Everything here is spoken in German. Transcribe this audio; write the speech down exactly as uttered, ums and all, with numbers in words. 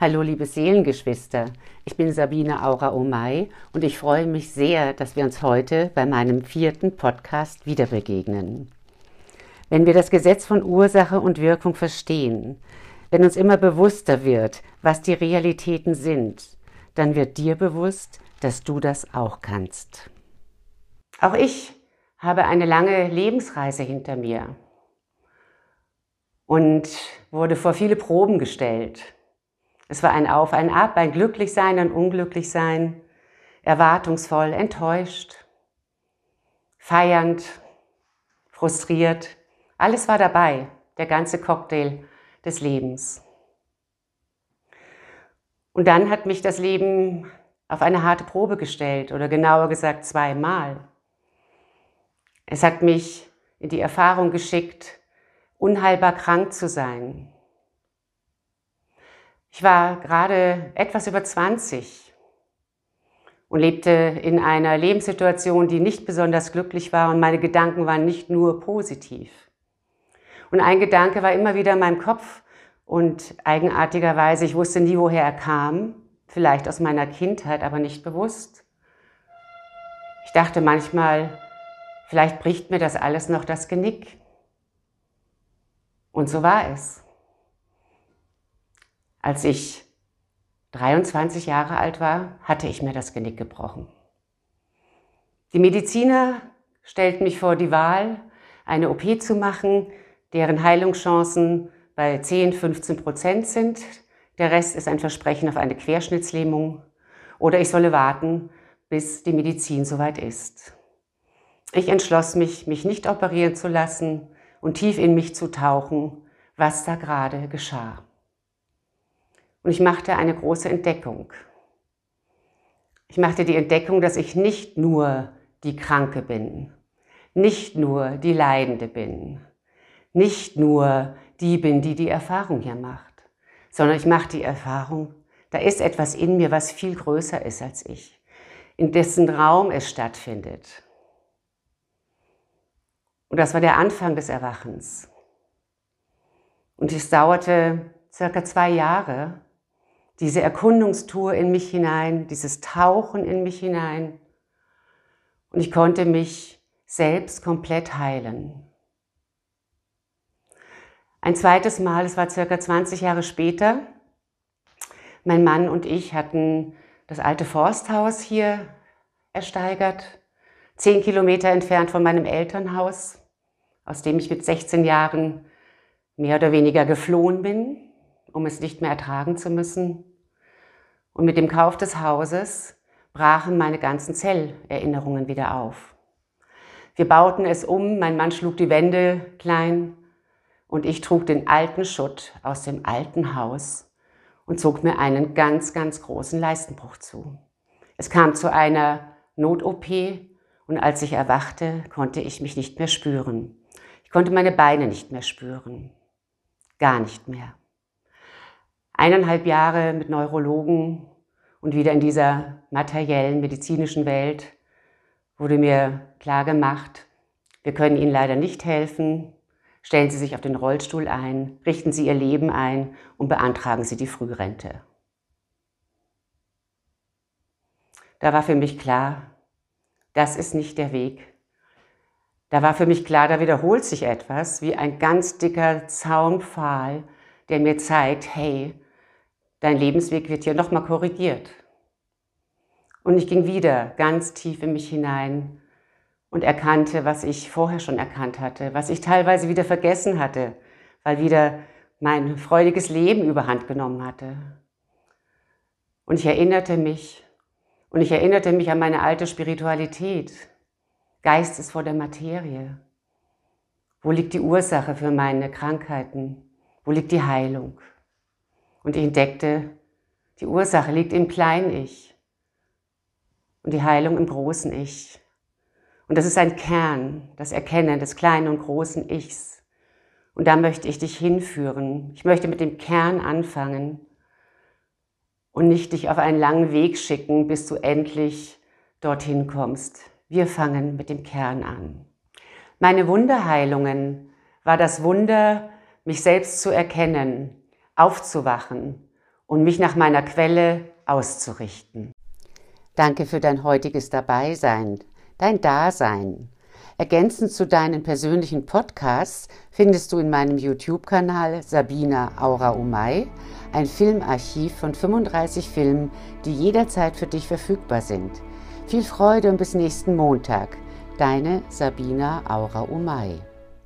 Hallo liebe Seelengeschwister, ich bin Sabine Aura-Omay und ich freue mich sehr, dass wir uns heute bei meinem vierten Podcast wieder begegnen. Wenn wir das Gesetz von Ursache und Wirkung verstehen, wenn uns immer bewusster wird, was die Realitäten sind, dann wird dir bewusst, dass du das auch kannst. Auch ich habe eine lange Lebensreise hinter mir und wurde vor viele Proben gestellt. Es war ein Auf, ein Ab, ein Glücklichsein, ein Unglücklichsein, erwartungsvoll, enttäuscht, feiernd, frustriert. Alles war dabei, der ganze Cocktail des Lebens. Und dann hat mich das Leben auf eine harte Probe gestellt, oder genauer gesagt zweimal. Es hat mich in die Erfahrung geschickt, unheilbar krank zu sein. Ich war gerade etwas über zwanzig und lebte in einer Lebenssituation, die nicht besonders glücklich war, und meine Gedanken waren nicht nur positiv. Und ein Gedanke war immer wieder in meinem Kopf und eigenartigerweise, ich wusste nie, woher er kam, vielleicht aus meiner Kindheit, aber nicht bewusst. Ich dachte manchmal, vielleicht bricht mir das alles noch das Genick. Und so war es. Als ich dreiundzwanzig Jahre alt war, hatte ich mir das Genick gebrochen. Die Mediziner stellten mich vor die Wahl, eine O P zu machen, deren Heilungschancen bei zehn, fünfzehn Prozent sind. Der Rest ist ein Versprechen auf eine Querschnittslähmung. Oder ich solle warten, bis die Medizin soweit ist. Ich entschloss mich, mich nicht operieren zu lassen und tief in mich zu tauchen, was da gerade geschah. Und ich machte eine große Entdeckung. Ich machte die Entdeckung, dass ich nicht nur die Kranke bin, nicht nur die Leidende bin, nicht nur die bin, die die Erfahrung hier macht, sondern ich machte die Erfahrung, da ist etwas in mir, was viel größer ist als ich, in dessen Raum es stattfindet. Und das war der Anfang des Erwachens. Und es dauerte circa zwei Jahre, diese Erkundungstour in mich hinein, dieses Tauchen in mich hinein. Und ich konnte mich selbst komplett heilen. Ein zweites Mal, es war circa zwanzig Jahre später, mein Mann und ich hatten das alte Forsthaus hier ersteigert, zehn Kilometer entfernt von meinem Elternhaus, aus dem ich mit sechzehn Jahren mehr oder weniger geflohen bin, um es nicht mehr ertragen zu müssen. Und mit dem Kauf des Hauses brachen meine ganzen Zellerinnerungen wieder auf. Wir bauten es um, mein Mann schlug die Wände klein und ich trug den alten Schutt aus dem alten Haus und zog mir einen ganz, ganz großen Leistenbruch zu. Es kam zu einer Not-O P und als ich erwachte, konnte ich mich nicht mehr spüren. Ich konnte meine Beine nicht mehr spüren. Gar nicht mehr. Eineinhalb Jahre mit Neurologen und wieder in dieser materiellen, medizinischen Welt wurde mir klar gemacht, wir können Ihnen leider nicht helfen. Stellen Sie sich auf den Rollstuhl ein, richten Sie Ihr Leben ein und beantragen Sie die Frührente. Da war für mich klar, das ist nicht der Weg. Da war für mich klar, da wiederholt sich etwas wie ein ganz dicker Zaunpfahl, der mir zeigt, hey, dein Lebensweg wird hier nochmal korrigiert. Und ich ging wieder ganz tief in mich hinein und erkannte, was ich vorher schon erkannt hatte, was ich teilweise wieder vergessen hatte, weil wieder mein freudiges Leben überhand genommen hatte. Und ich erinnerte mich, und ich erinnerte mich an meine alte Spiritualität. Geist ist vor der Materie. Wo liegt die Ursache für meine Krankheiten? Wo liegt die Heilung? Und ich entdeckte, die Ursache liegt im kleinen Ich und die Heilung im großen Ich. Und das ist ein Kern, das Erkennen des kleinen und großen Ichs. Und da möchte ich dich hinführen. Ich möchte mit dem Kern anfangen und nicht dich auf einen langen Weg schicken, bis du endlich dorthin kommst. Wir fangen mit dem Kern an. Meine Wunderheilungen war das Wunder, mich selbst zu erkennen, aufzuwachen und mich nach meiner Quelle auszurichten. Danke für dein heutiges Dabeisein, dein Dasein. Ergänzend zu deinen persönlichen Podcasts findest du in meinem YouTube-Kanal Sabina Aura Umay ein Filmarchiv von fünfunddreißig Filmen, die jederzeit für dich verfügbar sind. Viel Freude und bis nächsten Montag. Deine Sabina Aura Umay.